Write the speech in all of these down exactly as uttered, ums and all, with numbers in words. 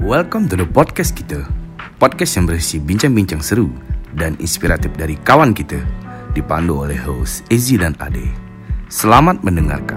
Welcome to the podcast kita. Podcast yang berisi bincang-bincang seru dan inspiratif dari kawan kita, dipandu oleh host Ezi dan Ade. Selamat mendengarkan.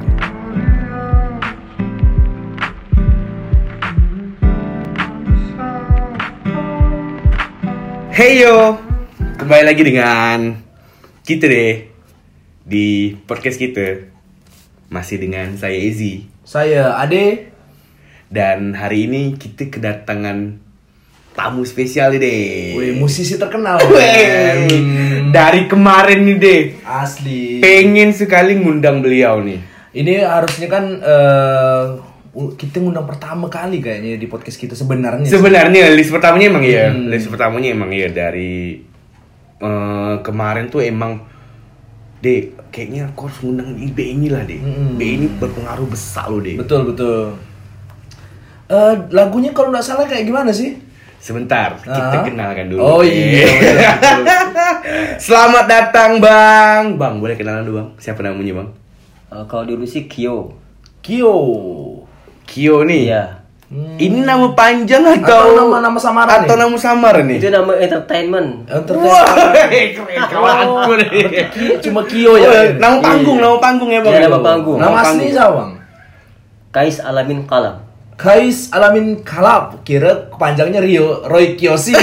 Hey yo, kembali lagi dengan kita deh di podcast kita. Masih dengan saya Ezi, saya Ade, dan hari ini kita kedatangan tamu spesial nih deh. wih, musisi terkenal. Wih, dari kemarin nih deh, Asli. pengen sekali ngundang beliau nih. Ini harusnya kan uh, kita ngundang pertama kali kayaknya di podcast kita sebenarnya. Sebenarnya list pertamanya emang iya, Hmm. list pertamanya emang iya dari uh, kemarin tuh emang deh, kayaknya aku harus ngundang B ini lah deh. Hmm. B ini berpengaruh besar loh deh. Betul betul. Uh, lagunya kalau nggak salah kayak gimana sih? Sebentar, kita Ah. kenalkan dulu. Oh iya. betul, betul. Selamat datang Bang. Bang, boleh kenalan dulu Bang? Siapa namanya Bang? Uh, kalau dulu sih Kyo. Kyo. Kyo nih. Iya. Hmm. Ini nama panjang atau, Atau nama-nama samaran atau nih? nama samar nih? Itu nama entertainment. Entertainment. Wah, keren kawan aku nih. Ki- Cuma Kyo ya. Oh, nama panggung, Iya. nama panggung ya Bang. Iya, nama panggung. Nama asli siapa, Bang? Kais Alamin Kalam. Kais Alamin Kalab. Kira kepanjangnya Rio Roy Kiyoshi.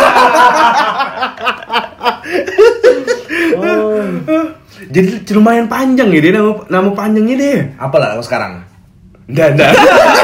Oh. Jadi lumayan panjang ya dia nama nama panjangnya deh. Apa lah aku sekarang? Enggak, enggak.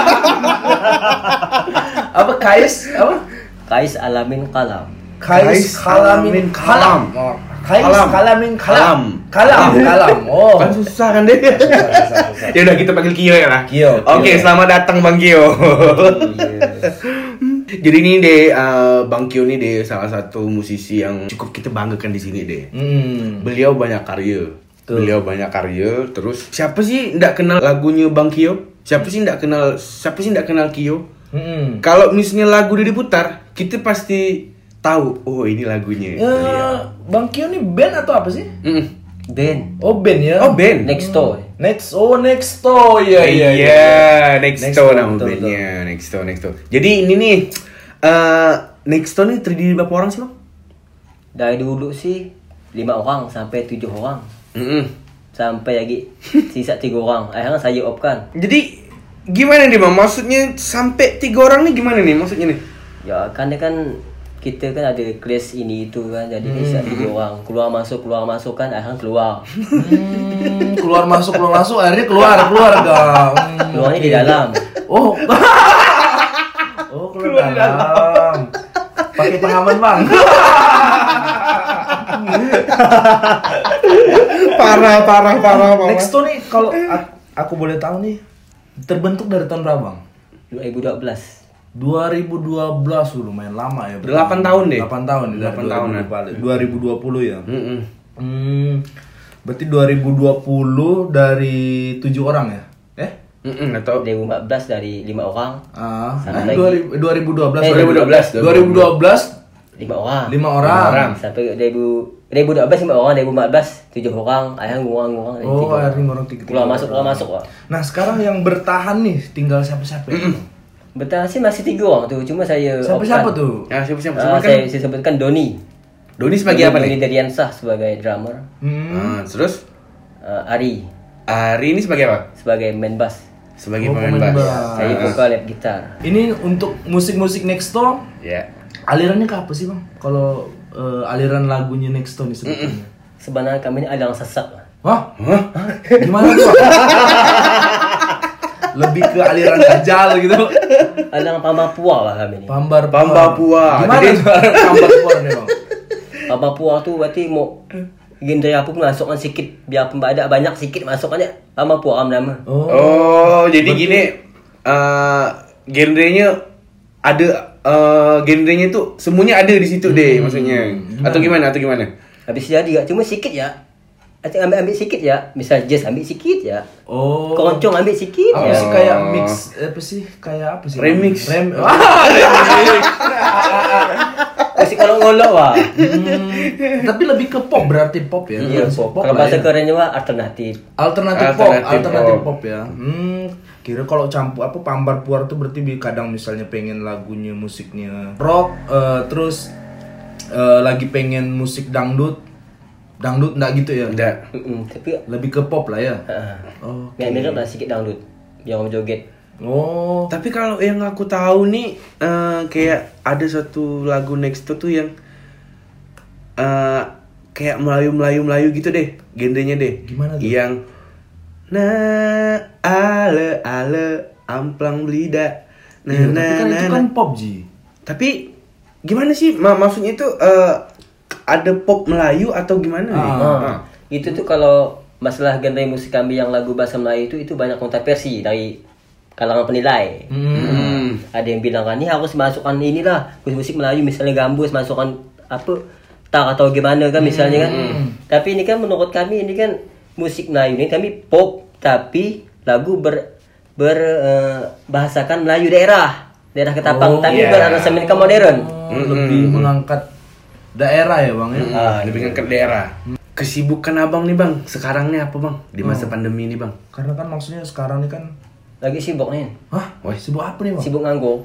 Apa Kais? Apa? Kais Alamin Kalam. Kais Kalamin Kalam. Oh, Kais Kalam. Kalamin Kalam. Kalam. Kalam, Kalam. Oh. Kan susah kan deh. Susah, susah. Ya udah kita panggil Kyo ya lah. Kyo, Oke, Kyo. selamat datang Bang Kyo. Iya. Jadi ini deh uh, Bang Kyo nih deh salah satu musisi yang cukup kita banggakan di sini deh. Hmm. Beliau banyak karya. Tuh. Beliau banyak karya. Terus siapa sih ndak kenal lagunya Bang Kyo? Siapa sih ndak kenal siapa sih ndak kenal Kyo? Hmm. Kalau misalnya lagu dia diputar, kita pasti tahu, oh ini lagunya. Ya, beliau. Bang Kyo nih band atau apa sih? Mm-mm. Ben. Oh, band ya. Oh, band. Next door. Next, oh Nexto, iya iya Iya, Nexto Nexto, nama betul, bandnya. Nexto, Nexto. Jadi ini nih, uh, Nexto nih terdiri berapa orang sih Bang? Dari dulu sih lima orang sampai tujuh orang. Mm-mm. Sampai lagi sisa tiga orang. Akhirnya saya opkan. Jadi gimana nih Bang? Maksudnya sampai tiga orang nih gimana nih maksudnya nih? Ya kan dia kan kita kan ada kelas ini itu kan, jadi sisa tiga orang. Keluar masuk keluar masuk kan, akhirnya keluar. Hmm, keluar masuk keluar masuk akhirnya keluar keluar dong. Hmm, Keluarnya di oke. dalam. Oh. Oh, keluar, di dalam. Pakai pengaman, Bang. Parah, parah, parah, parah. Nexto nih kalau a- aku boleh tahu nih terbentuk dari tahun berapa, Bang? dua ribu dua belas. dua ribu dua belas dulu, lumayan lama ya. Delapan tahun deh. delapan tahun ya. Delapan tahun, ya. dua ribu dua puluh ya. Mm-mm. Hmm. Berarti dua ribu dua puluh dari tujuh orang ya? Eh? Mm-mm, atau dua ribu empat belas dari lima orang. Ah, Sama eh, lagi. dua ribu dua ribu dua belas. Eh, dua ribu dua belas. dua ribu dua belas lima orang. lima orang. orang. Sampai dua ribu dua ribu dua belas lima orang, dua ribu empat belas tujuh orang, akhirnya ngurang-ngurang jadi Oh, tiga orang. akhirnya orang tiga. Keluar masuk keluar masuk Wak. Nah, sekarang yang bertahan nih tinggal siapa-siapa ya? Bertahan sih masih tiga orang tuh, cuma saya Siapa-siapa opkan. tuh? ya siapa siapa Ah, kan? saya, saya sebutkan Doni. Doni sebagai apa Doni nih? Deriansah sebagai drummer. Hmm. Ah, terus Ah, Ari Ari ini sebagai apa? sebagai main bass. Sebagai Oh, pemain pemain bass. bass. Saya Ah, vokal lap gitar. Ini untuk musik-musik Nexto, ya. alirannya ke apa sih, Bang? Kalau eh, aliran lagunya Nexto nih sebetulnya. Sebenarnya kami ini aliran sesat. Wak. Wah, gimana tuh? Bang? Lebih ke aliran dajjal gitu. Aliran Pamapua lah kami ini. Pambar Pambapua. Gimana Jadi- tuh Pambar Pua nih, Bang? Pamapua tuh berarti mau genre apa pun masukkan sikit, biar pembada banyak sikit masukkan ya. Pamapua am nama. Oh. Oh, jadi gini eh genrenya ada eh genrenya itu semuanya ada di situ deh maksudnya. Atau gimana? Atau gimana? Habis jadi cuma sikit ya. Nanti ambil ambil sikit ya. Misal jazz ambil sikit ya. Oh. Keroncong ambil sikit Apa ya. sih kayak mix apa sih? Kayak apa sih? Remix. Rem. Ah, remix. Masih kalau ngolok wah. Hmm, tapi lebih ke pop berarti pop ya. Iya, Bukan pop. pop Kalau lah bahasa ya. kerennya wah alternatif. Alternatif pop, Alternatif alternatif pop. pop ya. Hmm, Kira kalau campur apa pambar puar tuh berarti kadang misalnya pengen lagunya musiknya rock, uh, terus uh, lagi pengen musik dangdut, dangdut enggak gitu ya? Enggak. Mm-mm, tapi Lebih ke pop lah ya. uh, Oh. mirip lah sedikit dangdut yang mau joget. Oh. Tapi kalau yang aku tahu nih eh, kayak ada satu lagu Nexto tuh yang eh, kayak Melayu-Melayu Melayu gitu deh, genrenya deh. Gimana tuh? Yang nah ale ale amplang belida. Nah, Iya, nah, tapi kan nah, itu nah. kan pop Ji. Tapi gimana sih? Ma- maksudnya itu eh, ada pop Melayu atau gimana nih? Ah. Ah. Itu tuh kalau masalah genre musik kami yang lagu bahasa Melayu itu itu banyak kontroversi dari kalangan penilai. Hmm. Ada yang bilang kan ini harus masukkan inilah musik Melayu misalnya gambus masukkan apa tak atau gimana kan misalnya kan. Tapi ini kan menurut kami ini kan musik Melayu ini kami pop tapi lagu ber ber eh, bahasakan Melayu daerah daerah Ketapang Oh, tapi iya. berarti modern. Oh, lebih mengangkat daerah ya bang ya. Ah, lebih ngangkat daerah. Kesibukan abang nih bang, sekarang nih apa bang di masa pandemi ini bang? Karena kan maksudnya sekarang ini kan, Lagi sibuk nih. hah, Woi. sibuk apa nih bang? Sibuk nganggur.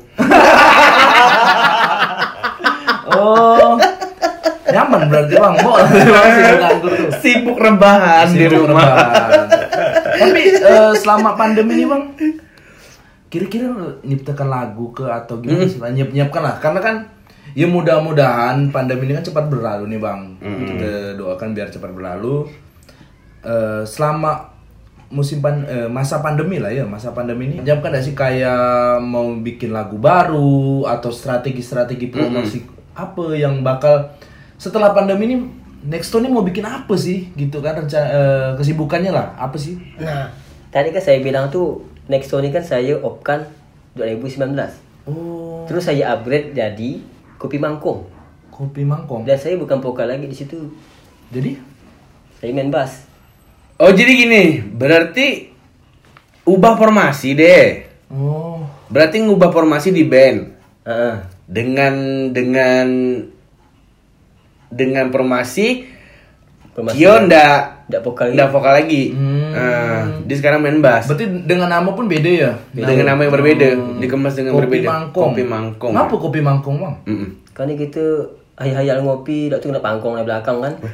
Oh, nyaman berarti bang, mau sibuk nganggur tuh. Sibuk rebahan di Sibuk rumah. rebahan. Tapi eh, selama pandemi ini bang, kira-kira nyiptakan lagu ke atau gimana sih? Nyiap nyiapkan lah, karena kan ya mudah-mudahan pandemi ini kan cepat berlalu nih bang. Kita doakan biar cepat berlalu. Eh, selama musim pan, eh, masa pandemi lah ya, masa pandemi ini nyiapkan gak sih kayak mau bikin lagu baru atau strategi-strategi promosi apa yang bakal setelah pandemi ini Nexto ini mau bikin apa sih gitu kan rencana eh, kesibukannya lah apa sih? Nah, tadi kan saya bilang tuh Nexto ini kan saya opkan dua ribu sembilan belas. Oh, Terus saya upgrade jadi Kopi Mangkong. kopi mangkong. Dan saya bukan vokal lagi di situ. Jadi Saya main bass. Oh jadi gini, berarti ubah formasi deh. oh, Berarti ngubah formasi di band Heeh. dengan dengan dengan formasi Formasi Kio ndak ndak vokal lagi. ndak vokal lagi. Hmm. Nah, dia sekarang main bass berarti dengan nama pun beda ya? dengan nama yang berbeda, dikemas dengan Kopi berbeda. mangkong. Kopi mangkong. Kenapa kopi mangkong bang? Mm-mm. Kan ini kita hayal-hayal ngopi, dak tu nak pangkong di belakang kan.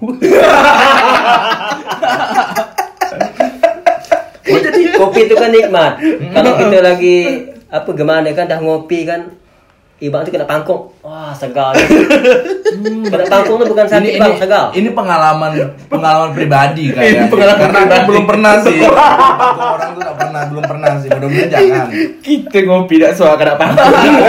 Oh jadi Kopi itu kan nikmat. Kalau kita lagi apa gimana kan dah ngopi kan ibarat tu kena pangkong. Wah, segar. Kena pangkong tu bukan sakit bang, segar. ini pengalaman pengalaman pribadi kan. Ini pengalaman Karena aku pribadi. belum pernah sih. Aku orang tuh tak pernah, belum pernah sih. Mudah-mudahan jangan. Kita ngopi dak soal kada apa.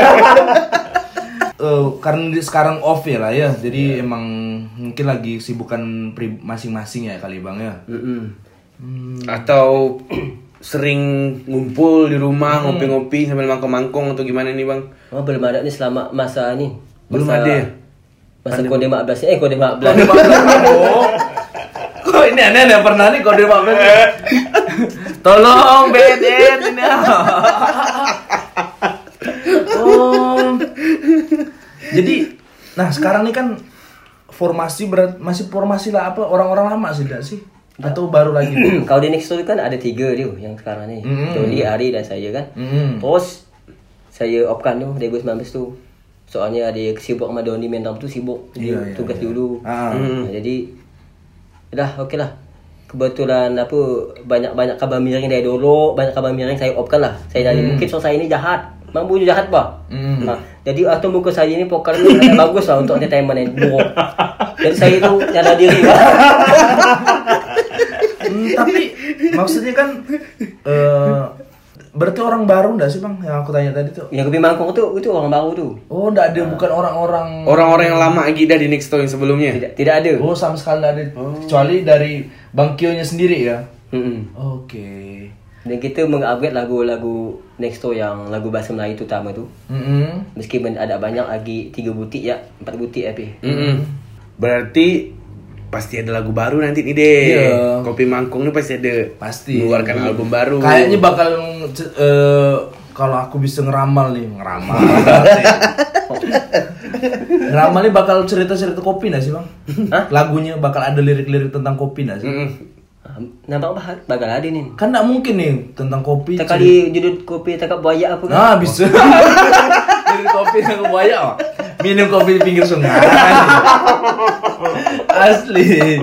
Eh, karena di- sekarang off ya lah ya. Jadi emang mungkin lagi sibukan pri- masing-masing ya kali bang ya. Mm-mm. Atau sering ngumpul di rumah ngopi-ngopi sambil mangkong-mangkong atau gimana nih bang? Oh, belum ada ni selama masa ni. Belum Masa- ada ya? Masa kode lima belas eh kode lima belas. Oh. Kok ini aneh aneh pernah nih kode lima belas. Tolong B N N ini. Oh. Jadi nah sekarang nih kan formasi berat masih formasi lah apa orang-orang lama sih tidak sih? Atau baru lagi? Kalau di Nexto itu kan ada tiga dia yang sekarang ni. Mm. Tony, Ari dan saya kan. Mm. Terus saya opkan tu dua ribu sembilan belas tu. Soalnya ada sibuk sama Doni main drum tu sibuk. Jadi Iya, iya, tugas iya. dulu. Ah. Nah, jadi dah okey lah. Kebetulan apa banyak-banyak kabar miring dari dulu, banyak kabar miring saya opkan lah. Saya jadi mungkin so saya ini jahat. Mampu jahat bah. Mm. Nah, jadi atau muka saya ini vokal ni bagus lah untuk entertainment ni. Buruk. Jadi saya itu nyadar diri lah. Hmm, tapi maksudnya kan eh berarti orang baru enggak sih bang yang aku tanya tadi tuh? Yang Kopi Mangkong tu itu orang baru tu. Oh enggak ada, bukan orang-orang. Orang-orang yang lama Agida di Nexto yang sebelumnya. Tidak tidak ada. Oh sama sekali enggak ada, kecuali dari Bang Kio-nya sendiri ya. Mm-mm. Oke. Dan kita mengupgrade lagu-lagu Nexto yang lagu bahasa Melayu tu utama tu. Mm-mm. Meskipun ada banyak lagi tiga butik ya, empat butik ya pi. Mm-mm. Berarti pasti ada lagu baru nanti nih deh. Iya. Kopi Mangkong nih pasti ada. Pasti. Mengeluarkan album baru. Kayaknya bakal eh, kalau aku bisa ngeramal nih, ngeramal. Ngeramal nih bakal cerita-cerita kopi nggak sih bang? Lagunya bakal ada lirik-lirik tentang kopi nggak sih? Mm-mm. Ah, nampak bah bakal ada nih. Kan nggak mungkin nih tentang kopi. Tak kali judul kopi takap buaya apa kan? Nah bisa. Minum kopi yang buaya, oh. Minum kopi di pinggir sungai. Asli.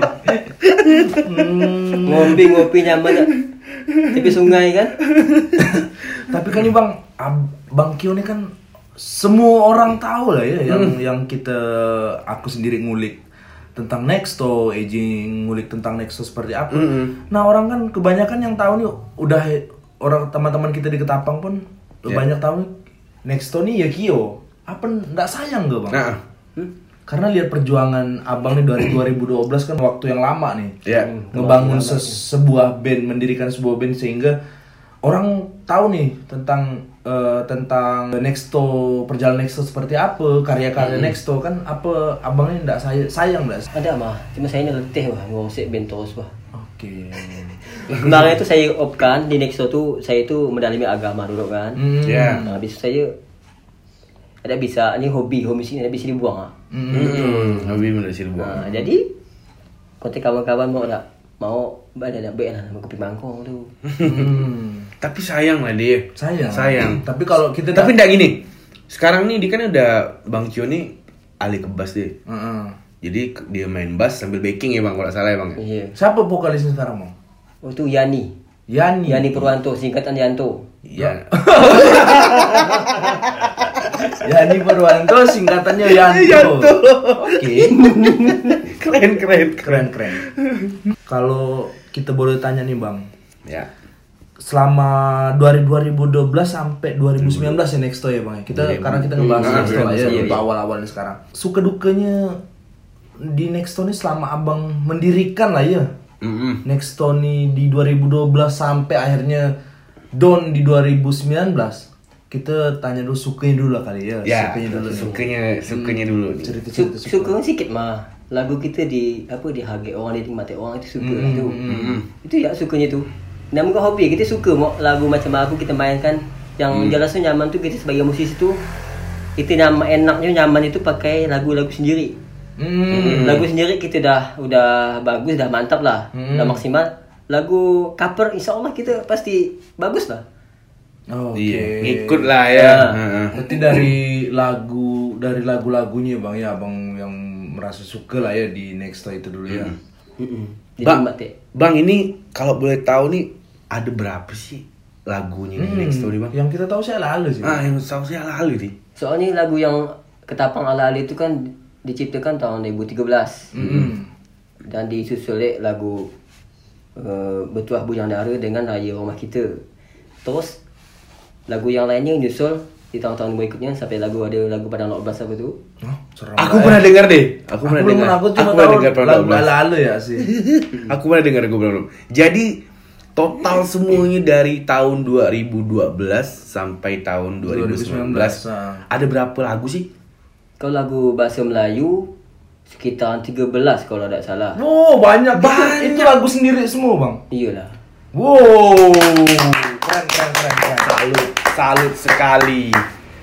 Hmm. Ngopi-ngopi nyaman ya. Tepi sungai kan? Tapi kan nih Bang, Ab- Bang Kio ini kan semua orang tahu lah ya yang Hmm. yang kita aku sendiri ngulik tentang Nexto, aging ngulik tentang Nexto seperti apa. Hmm. Nah, orang kan kebanyakan yang tahu nih udah orang teman-teman kita di Ketapang pun Ya. banyak tahu nih Nexto nih ya Kio. Apa nggak sayang gak Bang? Nah, Hmm? Karena lihat perjuangan Abang nih dari dua ribu dua belas kan waktu yang lama nih. ya. Ngebangun se- sebuah band, mendirikan sebuah band sehingga orang tahu nih tentang eh, tentang Nexto, perjalanan Nexto seperti apa, karya-karya Nexto kan apa abangnya enggak saya sayang enggak? Ada mah. Cuma saya ini letih wah ngosek band terus wah. Oke. Kemarin itu saya opkan di Nexto tuh saya itu mendalami agama dulu kan. Hmm. Ya. Nah, habis itu saya ada bisa ini hobi hobi sini ada bisa dibuang ah. Hmm, habis bener sih buang. Nah, jadi kontak kawan-kawan mau tak mau ada ada band lah nama kopi mangkong tu. Hmm. Tapi sayang lah dia. Sayang. Sayang. Tapi kalau kita Tapi enggak gini. Sekarang nih dia kan udah Bang Kio nih alih ke bass deh. Heeh. Jadi dia main bass sambil backing ya Bang, kalau nggak salah ya Bang. Iya. Siapa vokalisnya sekarang, Bang? Oh itu Yani. Yani. Yani Purwanto singkatan Yanto. Iya. Yani Purwanto singkatannya Yanto. Yanto. Oke. Keren keren Keren keren. Kalau kita boleh tanya nih, Bang. Ya. Selama dua ribu dua belas sampai dua ribu sembilan belas ya Nexto ya Bang. Kita Iya, karena kita ngebahas Hmm. Nexto lah ya Iya, untuk iya. awal-awalnya sekarang. Suka dukanya di Nexto nih selama Abang mendirikan lah ya. Mm-mm. Nexto nih di dua ribu dua belas sampai akhirnya down di dua ribu sembilan belas. Kita tanya dulu sukanya dulu lah kali ya. Ya, Sukanya dulu. nih. sukanya sukanya dulu nih. Cerita-cerita Su- suka sikit mah. Lagu kita di apa dihargai orang, dinikmati orang itu suka Hmm, itu. hmm, Itu ya sukanya tu. Nama bukan hobi, kita suka mau lagu macam apa kita mainkan yang Hmm. jelas tu nyaman tu kita sebagai musisi tu itu nama enaknya nyaman itu pakai lagu-lagu sendiri. Hmm. Lagu sendiri kita dah udah bagus, dah mantap lah, Hmm. dah maksimal. Lagu cover insya Allah kita pasti bagus lah. Oh, Oke. Iya, ngikut lah ya. Ya. Heeh. Berarti dari lagu dari lagu-lagunya Bang ya Bang yang merasa suka lah ya di Nexto itu dulu ya. Mm-mm. Jadi Bang, mati. Bang ini kalau boleh tahu nih ada berapa sih lagunya Hmm, di Next Story Bang? Yang kita tahu saya lalu sih. Ah, yang tahu saya lalu nih. Soalnya lagu yang Ketapang ala-ala itu kan diciptakan tahun dua ribu tiga belas. Hmm. Dan disusul oleh lagu uh, Bertuah Bujang Dara dengan Raya Rumah Kita. Terus lagu yang lainnya nyusul di tahun-tahun berikutnya sampai lagu ada lagu Padang Nok Belas apa tu. Oh, seram Aku lah, pernah eh. dengar deh. Aku Aku pernah belum dengar. aku cuma pernah tahu dengar Padang lagu Nok Belas. ala-ala ya sih. Aku pernah dengar gue belum. Jadi total semuanya dari tahun dua ribu dua belas sampai tahun dua ribu sembilan belas ah. ada berapa lagu sih? Kalau lagu bahasa Melayu sekitar tiga belas kalau tak salah. Wow, banyak. Itu- Banyak. Itu lagu sendiri semua, Bang. Iyalah. Wow. Keren keren keren keren. Salut, salut sekali.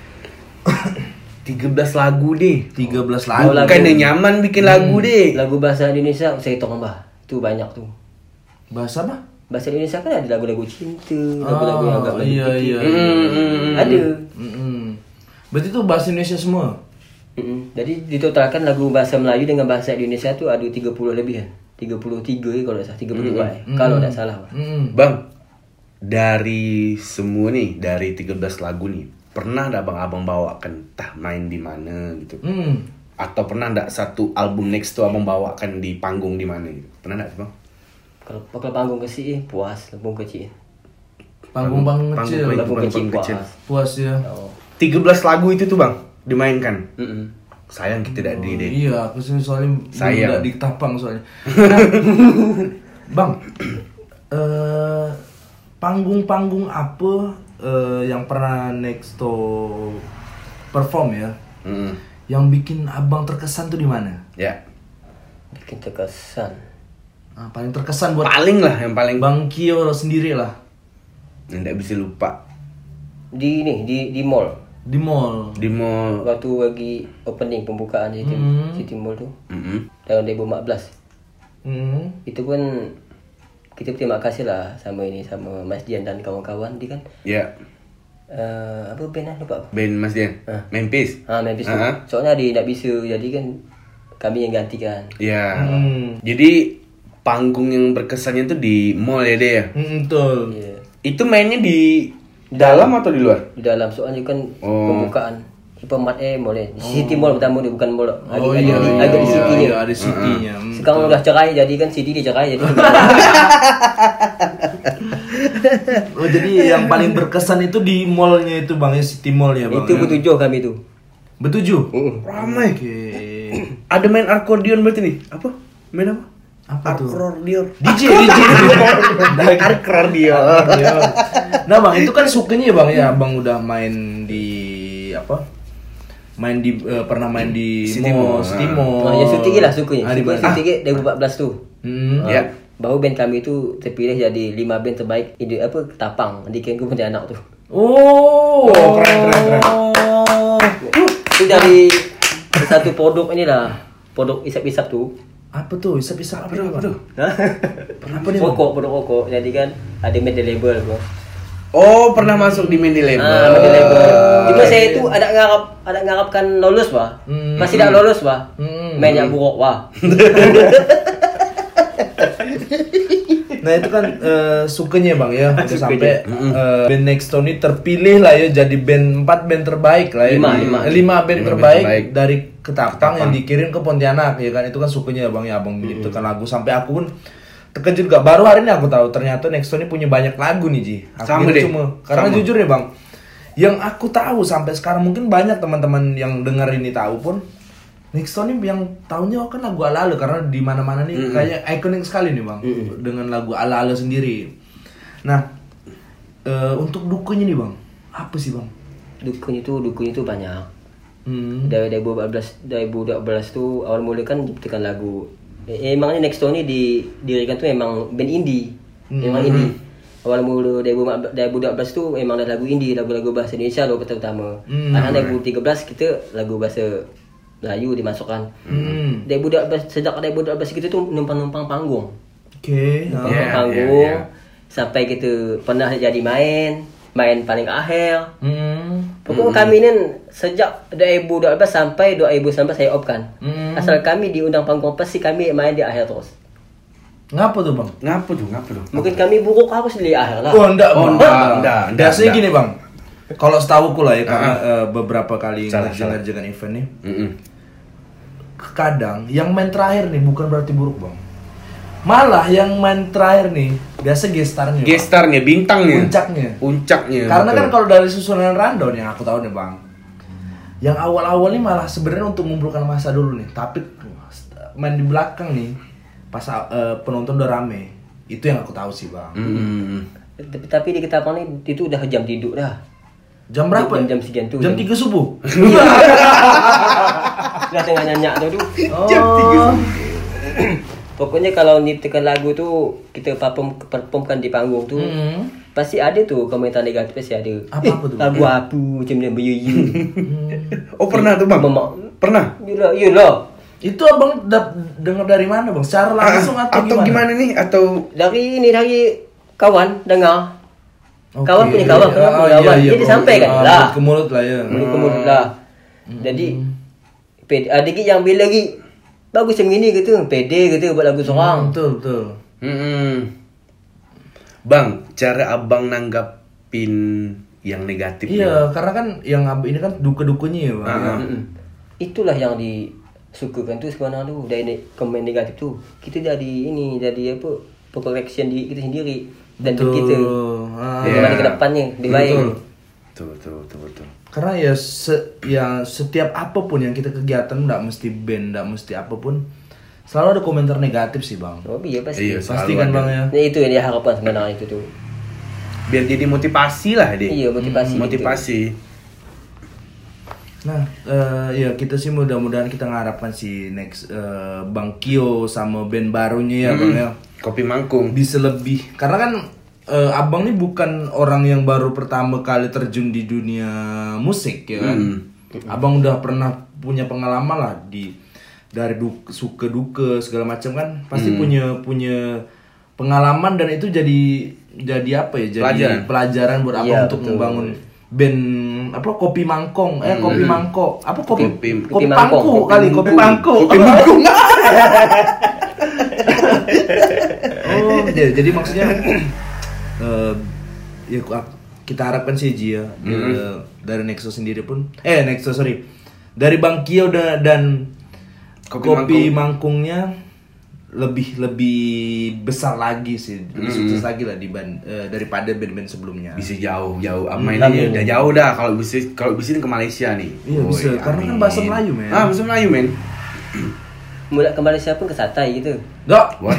tiga belas lagu deh. tiga belas Oh, lagu. lagu. Bukan yang nyaman bikin lagu deh. Lagu bahasa Indonesia saya hitung bah. Tu banyak tu. Bahasa apa? Bahasa Indonesia kan ada lagu-lagu cinta, lagu-lagu yang agak Oh, iya, meditatif. iya, Hmm, hmm, Ada. Mm-mm. Berarti itu bahasa Indonesia semua. Mm-mm. Jadi ditotalkan lagu bahasa Melayu dengan bahasa Indonesia tu ada tiga puluh lebih kan. tiga puluh tiga eh, kalau tak salah, tiga puluh dua eh. Kalau tak salah. Bah. Mm. Bang, dari semua nih, dari tiga belas lagu nih, pernah ada abang-abang bawakan entah main di mana gitu? Mm. Atau pernah enggak satu album Next tuh abang bawakan di panggung di mana gitu? Pernah enggak, Bang? Kalau pakai panggung kecil eh, puas, panggung kecil. Panggung panggung Panggung- kecil. panggung- Panggung kecil panggung kecil. puas. Puas ya. Oh. tiga belas lagu itu tuh, Bang, dimainkan. Mm-mm. Sayang kita tidak di deh. Iya, aku sih soalnya Sayang. udah di Ketapang soalnya. Bang, eh, panggung-panggung apa eh, yang pernah Nexto perform ya? Mm. Yang bikin abang terkesan tuh di mana? Ya. Bikin terkesan. Ah, paling terkesan buat Paling lah yang paling Bang Kio sendiri lah yang enggak bisa lupa Di ni di di mall. di mall. di mall. Waktu lagi opening pembukaan City, Hmm. City Mall tu Mm-mm. tahun dua ribu empat belas. Hmm. Itu pun kita terima kasih lah sama ini sama Mas Dian dan kawan-kawan dia kan. Ya. Uh, apa band lah lupa aku. Band Mas Dian. Ah. Memphis. Ah, Memphis tu. Ah. Soalnya dia tak bisa jadi kan kami yang gantikan. Ya. Hmm. Jadi panggung yang berkesannya itu di mall ya deh ya. Hmm, betul. Ya. Itu mainnya di dalam atau di luar? Di dalam soalnya kan Oh. pembukaan. Pemat eh mall eh. City Mall pertama dia bukan mall. Agak, Oh agak, iya, agak, iya, agak di iya, city-nya. iya, ada city-nya. Hmm, Sekarang betul. udah cerai jadi kan City dia cerai jadi. Oh jadi yang paling berkesan itu di mallnya itu bang ya, City Mall ya bang. Itu ya? bertujuh kami tu. Bertujuh. Mm. Ramai. Oke. Ada main akordeon berarti nih? Apa? Main apa? Apa tuh? Akordeon. D J, D J. Akordeon. Nah bang itu kan sukanya ya bang ya, bang udah main di apa? Main di eh, pernah main di City mall, Mall. City Ah. Mall. Oh, ya syuting lah sukanya. Ah, di Syuting mana? syuting dua ribu empat belas tu. Hmm. Ah, Ya. Baru band kami tu terpilih jadi lima band terbaik di apa Tapang di Kengku Pontianak tu. Oh, Oh, keren, keren, keren. Itu dari satu produk inilah produk isap-isap tu. Apa tuh? Bisa-bisa apa, Apa tuh? Hah? Apa nih, Bang? Rokok, produk rokok. Jadi kan ada made label bro. Oh, pernah masuk di Mandy Label. Ah, made label. Cuma saya itu ada ngarap ada ngarapkan lolos wah. Hmm. Masih tak lolos wah. Hmm. Main yang buruk wah. Nah itu kan eh, sukanya bang ya, udah sampai Mm-mm. eh, band Nextone ini terpilih lah ya jadi band empat band terbaik lah ya. Lima, Di- lima. eh, lima band Lima band terbaik, terbaik. dari Ketapang, Ketapang. yang dikirim ke Pontianak ya kan, itu kan sukanya bang ya, abang menyiptakan lagu sampai aku pun terkejut juga. Baru hari ini aku tahu ternyata Nextone ini punya banyak lagu nih Ji. Aku Sama kira deh. cuma karena Sama. jujur ya bang, yang aku tahu sampai sekarang mungkin banyak teman-teman yang dengar ini tahu pun Nextone ini yang tahunya kan lagu ala-ala karena di mana-mana nih Mm-mm. kayak ikonik sekali nih bang dengan lagu ala-ala sendiri. Nah eh, untuk dukanya nih bang, apa sih bang? Dukun itu dukun itu banyak. Hmm. Dari dua ribu empat belas dua ribu dua belas tu awal mula kan ciptakan lagu. Eh, emangnya Nextone ni didirikan tu memang band indie. Memang Hmm. indie. Awal mula dua ribu dua belas tu memang dah lagu indie, lagu-lagu bahasa Indonesia dua pertama. Hmm. Karena dua ribu tiga belas kita lagu bahasa Melayu dimasukkan. Hmm. dua ribu dua belas sejak dua ribu dua belas kita tu numpang-numpang panggung. Oke. Numpang Yeah, panggung yeah, yeah. sampai kita pernah jadi main, main paling akhir. Hmm. Pokok kami ni sejak dua ribu dua belas sampai dua ribu sembilan belas saya off kan. Hmm. Asal kami diundang panggung pasti kami main di akhir terus. Ngapa tuh bang? Ngapa tuh? Ngapa tuh? Mungkin kami buruk harus di akhir lah. Oh enggak Oh, bang. enggak, enggak, enggak, Biasanya enggak. gini bang. Kalau setahuku lah ya karena Ah. eh, beberapa kali Salah, salah. ngerjakan event nih, Mm-mm. kadang yang main terakhir nih bukan berarti buruk bang. Malah yang main terakhir nih biasa gestarnya. Bang. Gestarnya, bintangnya. Puncaknya. Puncaknya. Karena betul. kan kalau dari susunan rundown yang aku tahu nih bang, yang awal-awal nih malah sebenarnya untuk mengumpulkan masa dulu nih, tapi main di belakang nih pas eh, penonton udah rame, itu yang aku tahu sih bang. Mm-mm. Tapi, tapi di Ketapang ni itu dah jam tidur dah. Jam berapa? Jam- jam sekian tuh, Jam jam- tiga subuh. Dah tengah nyanyak tu tu. Jam tiga. Pokoknya kalau nyiptakan lagu tu kita perform performkan di panggung tu. Hmm. Pasti ada tu komentar negatif pasti ada. Apa-apa tu, Bang? Lagu apa macam ni beryu-yu. Oh, pernah tuh, Bang? Memang- Pernah? Yalah, yalah. Itu abang dap- dengar dari mana bang? Secara langsung Ah, atau, atau gimana? nih? Atau Dari ini dari kawan dengar. Oke. Kawan punya kawan, kawan Ah, punya iya, kawan. iya, Dia bang. disampaikan Ah, lah. mulut ke mulut lah ya. Mulut ke mulut lah. Jadi pede, ada lagi yang bila lagi bagus macam ni gitu, pede gitu buat lagu Hmm, seorang. betul betul. Mm-mm. Bang, cara abang nanggapin yang negatif. Iya, karena kan yang ab- ini kan duka-dukanya ya bang. Ah. Mm-mm. Itulah yang disukakan tu sebenarnya tu dari ne- komen negatif tu. Kita jadi ini jadi apa? Correction diri kita sendiri dan Betul. kita. Ah. Bagaimana ke depannya lebih baik. Betul. Betul, betul, betul, betul. Karena ya se ya setiap apapun yang kita kegiatan nggak mesti band, nggak mesti apapun, selalu ada komentar negatif sih bang. Oh iya pasti. Iya, Pasti selalu kan ada. bang ya. Nah, itu yang dia harapkan sebenarnya itu tu. Biar jadi motivasi lah, Dek. Iya, motivasi gitu. Motivasi. Nah, eh, ya kita sih mudah-mudahan kita mengharapkan si next eh, Bang Kio sama band barunya ya bang ya Kopi Mangkung. bisa lebih, karena kan eh, abang ini bukan orang yang baru pertama kali terjun di dunia musik ya kan. Abang udah pernah punya pengalaman lah di dari du- suka duka segala macam kan, pasti punya punya pengalaman dan itu jadi jadi apa ya? Jadi Pelajaran. pelajaran buat Abang Iya, untuk betul. membangun band apa kopi mangkong eh kopi mangkok apa kopi Kopi- kopi, kopi pangku mangkong. kali kopi pangku kopi mangkung oh jadi, jadi maksudnya eh, ya kita harapkan sih Ji ya eh, dari Nexo sendiri pun eh Nexo sorry dari Bang Kio da- dan Kopi kopi, mangkungnya lebih lebih besar lagi sih lebih sukses lagi lah di ban- eh, daripada band-band sebelumnya. Bisa jauh jauh ama ini udah jauh dah kalau bisa kalau bisa ke Malaysia nih. Iya, bisa. Karena kan bahasa Melayu, men. Ah, bahasa Melayu, men. Mulai ke Malaysia pun ke Satai gitu. Enggak. What?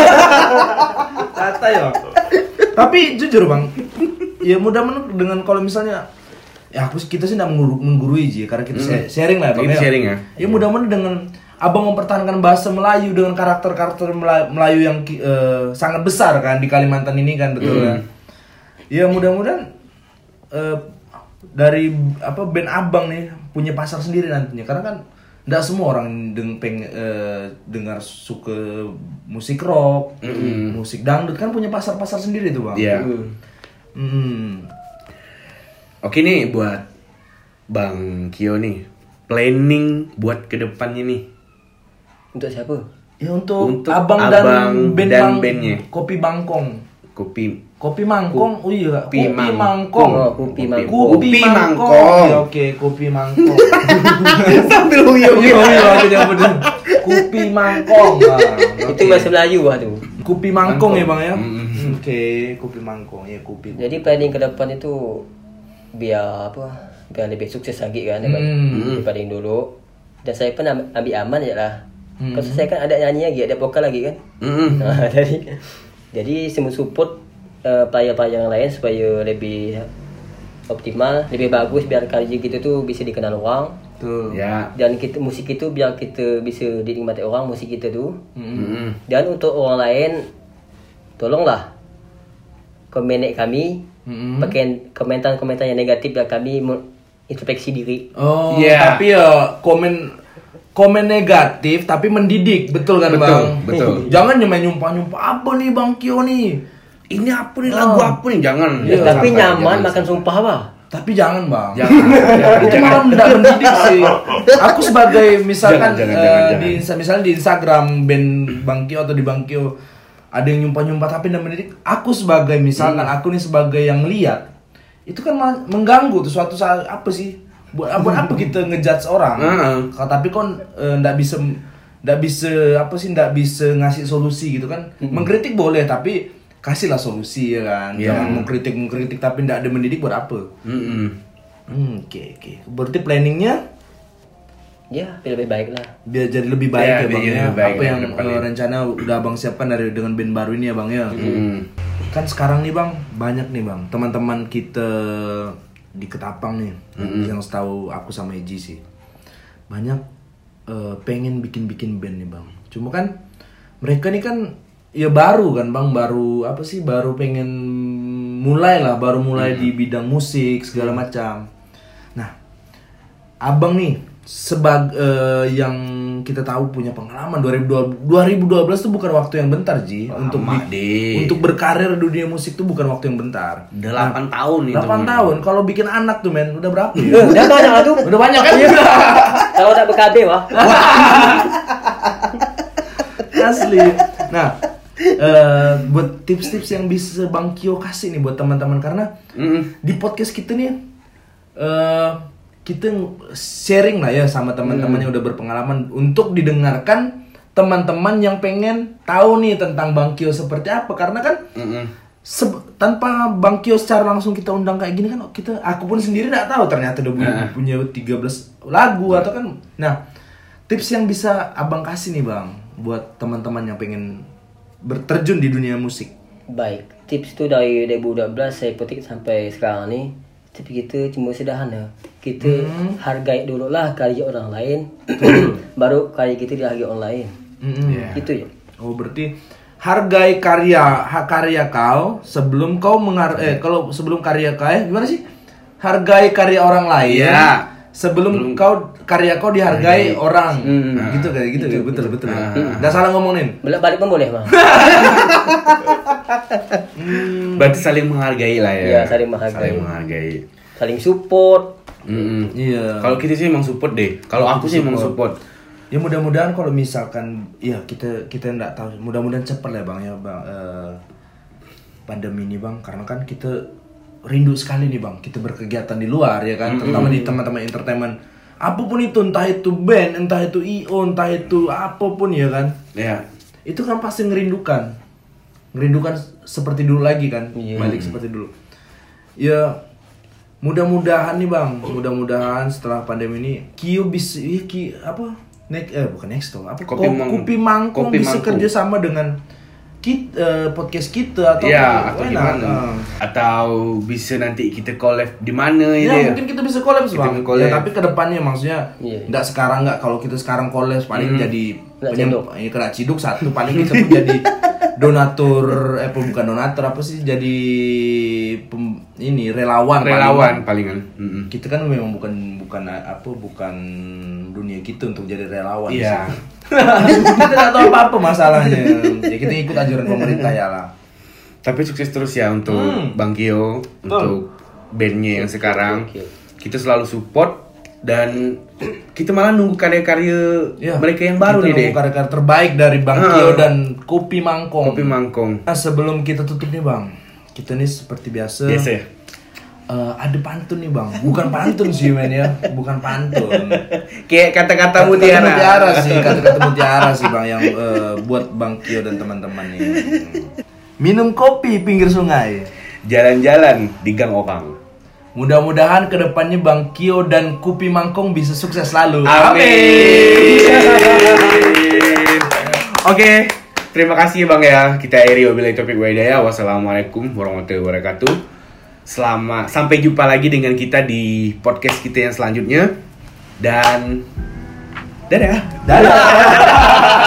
Kata ya. Tapi jujur bang, ya mudah-mudahan dengan kalau misalnya ya aku kita sih nggak mengguru, menggurui Ji karena kita Mm. sharing lah bang. Ini sharing ya. Ya mudah-mudahan dengan abang mempertahankan bahasa Melayu dengan karakter-karakter Mela- Melayu yang ki- eh, sangat besar kan di Kalimantan ini kan betul Mm. kan. Ya mudah-mudahan eh, dari apa band abang nih punya pasar sendiri nantinya karena kan nggak semua orang deng peng eh, dengar suka musik rock, musik dangdut kan punya pasar-pasar sendiri tuh bang. Iya. Hmm. Oke nih buat Bang Kio nih, planning buat kedepannya nih. Untuk siapa? Ya untuk, Untuk abang, abang dan band dan Bang- bandnya. Kopi Bangkong. Kopi Kopi Mangkong, oh iya, Kopi Kopi Mang- Mangkong. Oh, Kopi Mangkong. Kopi Kopi Mangkong. Mangkong. Ya, oke, Kopi Mangkong. sambil Iya, uyuh. iya, iya, bener. Kopi Mangkong. Ah, Itu oke. bahasa Melayu wah tuh. Kopi Mangkong ya, Bang ya? Mm. Oke, Kopi Mangkong ya, kopi. Jadi planning ke depan itu biar apa? Biar lebih sukses lagi kan daripada, Hmm. daripada yang dulu. Dan saya pun am- ambil aman aja lah. Hmm. Kalau saya kan ada nyanyi lagi, ada vokal lagi kan. Mm-mm. Nah, jadi jadi semua support uh, player-player yang lain supaya lebih optimal, lebih bagus biar karya kita tuh bisa dikenal orang. Tuh. Ya. Dan kita musik itu biar kita bisa dinikmati orang musik kita tuh. Mm-mm. Dan untuk orang lain tolonglah komen kami, Mm-mm. pakai komentar-komentar yang negatif biar kami mu- introspeksi diri. Oh, Iya. tapi ya komen komen negatif tapi mendidik, betul kan Betul, Bang? betul. Jangan nyumpah nyumpah apa nih Bang Kio nih? Ini apa nih lagu Oh. apa nih? Jangan. Iya, Tapi Sampai, nyaman jangan. makan sumpah apa? Tapi jangan Bang. Jangan. Itu malah tidak mendidik sih. Aku sebagai misalkan Jangan, jangan, eh, jangan, di jangan. Insta- misalnya di Instagram band Bang Kio atau di Bang Kio ada yang nyumpah-nyumpah tapi tidak mendidik. Aku sebagai misalkan Hmm. aku nih sebagai yang lihat itu kan ma- mengganggu tuh suatu saat apa sih? Buat, buat apa kita ngejudge orang? Heeh. Ka- Tapi kon eh, ndak bisa ndak bisa apa sih ndak bisa ngasih solusi gitu kan? Mengkritik boleh tapi kasihlah solusi ya kan. Iya. Jangan mengkritik mengkritik tapi ndak ada mendidik buat apa? Mm-mm. Hmm, oke oke. Berarti planningnya Ya, lebih baik lah. biar jadi lebih baik Ya, ya, biar bang jadi ya. lebih baik Apa ya, yang ke depannya. eh, rencana udah abang siapkan dari dengan band baru ini ya bang ya. Mm. Kan sekarang nih bang banyak nih bang teman-teman kita di Ketapang nih yang setahu aku sama Eji sih banyak eh, pengen bikin-bikin band nih bang. Cuma kan mereka nih kan ya baru kan bang baru apa sih baru pengen mulai lah baru mulai di bidang musik segala macam. Nah abang nih sebag eh, yang kita tahu punya pengalaman dua ribu dua belas tuh bukan waktu yang bentar Ji untuk Lama, bi- Dek. untuk berkarir di dunia musik tuh bukan waktu yang bentar. Delapan tahun itu. delapan tahun kalau bikin anak tuh men udah berapa ya? Udah banyak lah tuh. Udah banyak kan? Kalau tak ber-K B wah. Asli. Nah, eh, buat tips-tips yang bisa Bang Kio kasih nih buat teman-teman karena Mm-mm. di podcast kita nih eh kita sharing lah ya sama teman-teman yang udah berpengalaman untuk didengarkan teman-teman yang pengen tahu nih tentang Bang Kio seperti apa karena kan Mm-mm. se- tanpa Bang Kio secara langsung kita undang kayak gini kan kita aku pun sendiri nggak tahu ternyata udah punya, Nah. punya tiga belas lagu atau kan nah tips yang bisa abang kasih nih bang buat teman-teman yang pengen berterjun di dunia musik. Baik, tips tu dari dua ribu dua belas saya petik sampai sekarang ni. Tapi kita cuma sederhana. Kita Hmm. hargai dulu lah karya orang lain. Baru karya kita dihargai orang lain. Mm-mm. Iya. Itu je. Oh berarti hargai karya ha, karya kau sebelum kau mengar eh kalau sebelum karya kau eh, gimana sih? Hargai karya orang lain. Iya. Sebelum kau karya kau dihargai orang. Hmm. Gitu kayak gitu, ya betul betul. Enggak salah ngomongin. Belak balik pun boleh bang. Hmm. Berarti saling menghargai lah ya. Iya, saling menghargai. Saling menghargai. Saling support. Mm-mm. Iya. Kalau kita sih emang support deh. Kalau aku sih emang support. Ya mudah-mudahan kalau misalkan ya kita kita nggak tahu, mudah-mudahan cepat lah bang ya bang eh, pandemi ini bang, karena kan kita rindu sekali nih bang kita berkegiatan di luar ya kan, terutama di teman-teman entertainment apapun itu, entah itu band, entah itu I O, entah itu apapun ya kan, Ya. itu kan pasti ngerindukan ngerindukan seperti dulu lagi kan, Iya. balik seperti dulu ya. Mudah-mudahan nih bang, mudah-mudahan setelah pandemi ini Kio bisa, ya, Ki, apa Next, eh bukan next tuh, apa Kopi Kopi, Mang- Kopi Mangkong Kopi bisa Mangkong. kerja sama dengan kit, eh, podcast kita atau Iya, atau enak, gimana? eh. Atau bisa nanti kita collab di mana Ya, ya? mungkin kita bisa collab Kita bang. bisa collab. Ya, tapi kedepannya maksudnya Iya. nggak sekarang nggak, kalau kita sekarang collab paling jadi Kena penyem- ciduk. ya, kena ciduk satu, paling kita pun jadi donatur, eh bukan donatur apa sih, jadi pem- ini relawan. Relawan paling. palingan. Mm-mm. Kita kan memang bukan bukan apa bukan dunia kita untuk jadi relawan. Iya. Kita nggak tahu apa-apa masalahnya. Ya kita ikut ajaran pemerintah ya lah. Tapi sukses terus ya untuk Hmm. Bang Kio, untuk bandnya yang sekarang. Oke. Kita selalu support dan kita malah nunggu karya-karya Ya, mereka yang baru kita nih deh. nunggu karya-karya terbaik dari Bang Ah. Kio dan Kopi Mangkong. Kopi Mangkong. Nah, sebelum kita tutup nih Bang, kita nih seperti biasa. Biasa ya? eh, ada pantun nih Bang, bukan pantun sih men ya, bukan pantun. Kayak kata-kata Kata-kata mutiara. mutiara sih, kata-kata mutiara sih Bang yang eh, buat Bang Kio dan teman-teman nih. Minum kopi pinggir sungai. Jalan-jalan di gang orang. Mudah-mudahan kedepannya Bang Kio dan Kopi Mangkong bisa sukses selalu. Amin. Oke, terima kasih Bang ya. Kita akhiri wabillahi taufiq wa hidayah. Wassalamualaikum warahmatullahi wabarakatuh. Selamat sampai jumpa lagi dengan kita di podcast kita yang selanjutnya. Dan dadah. Dadah.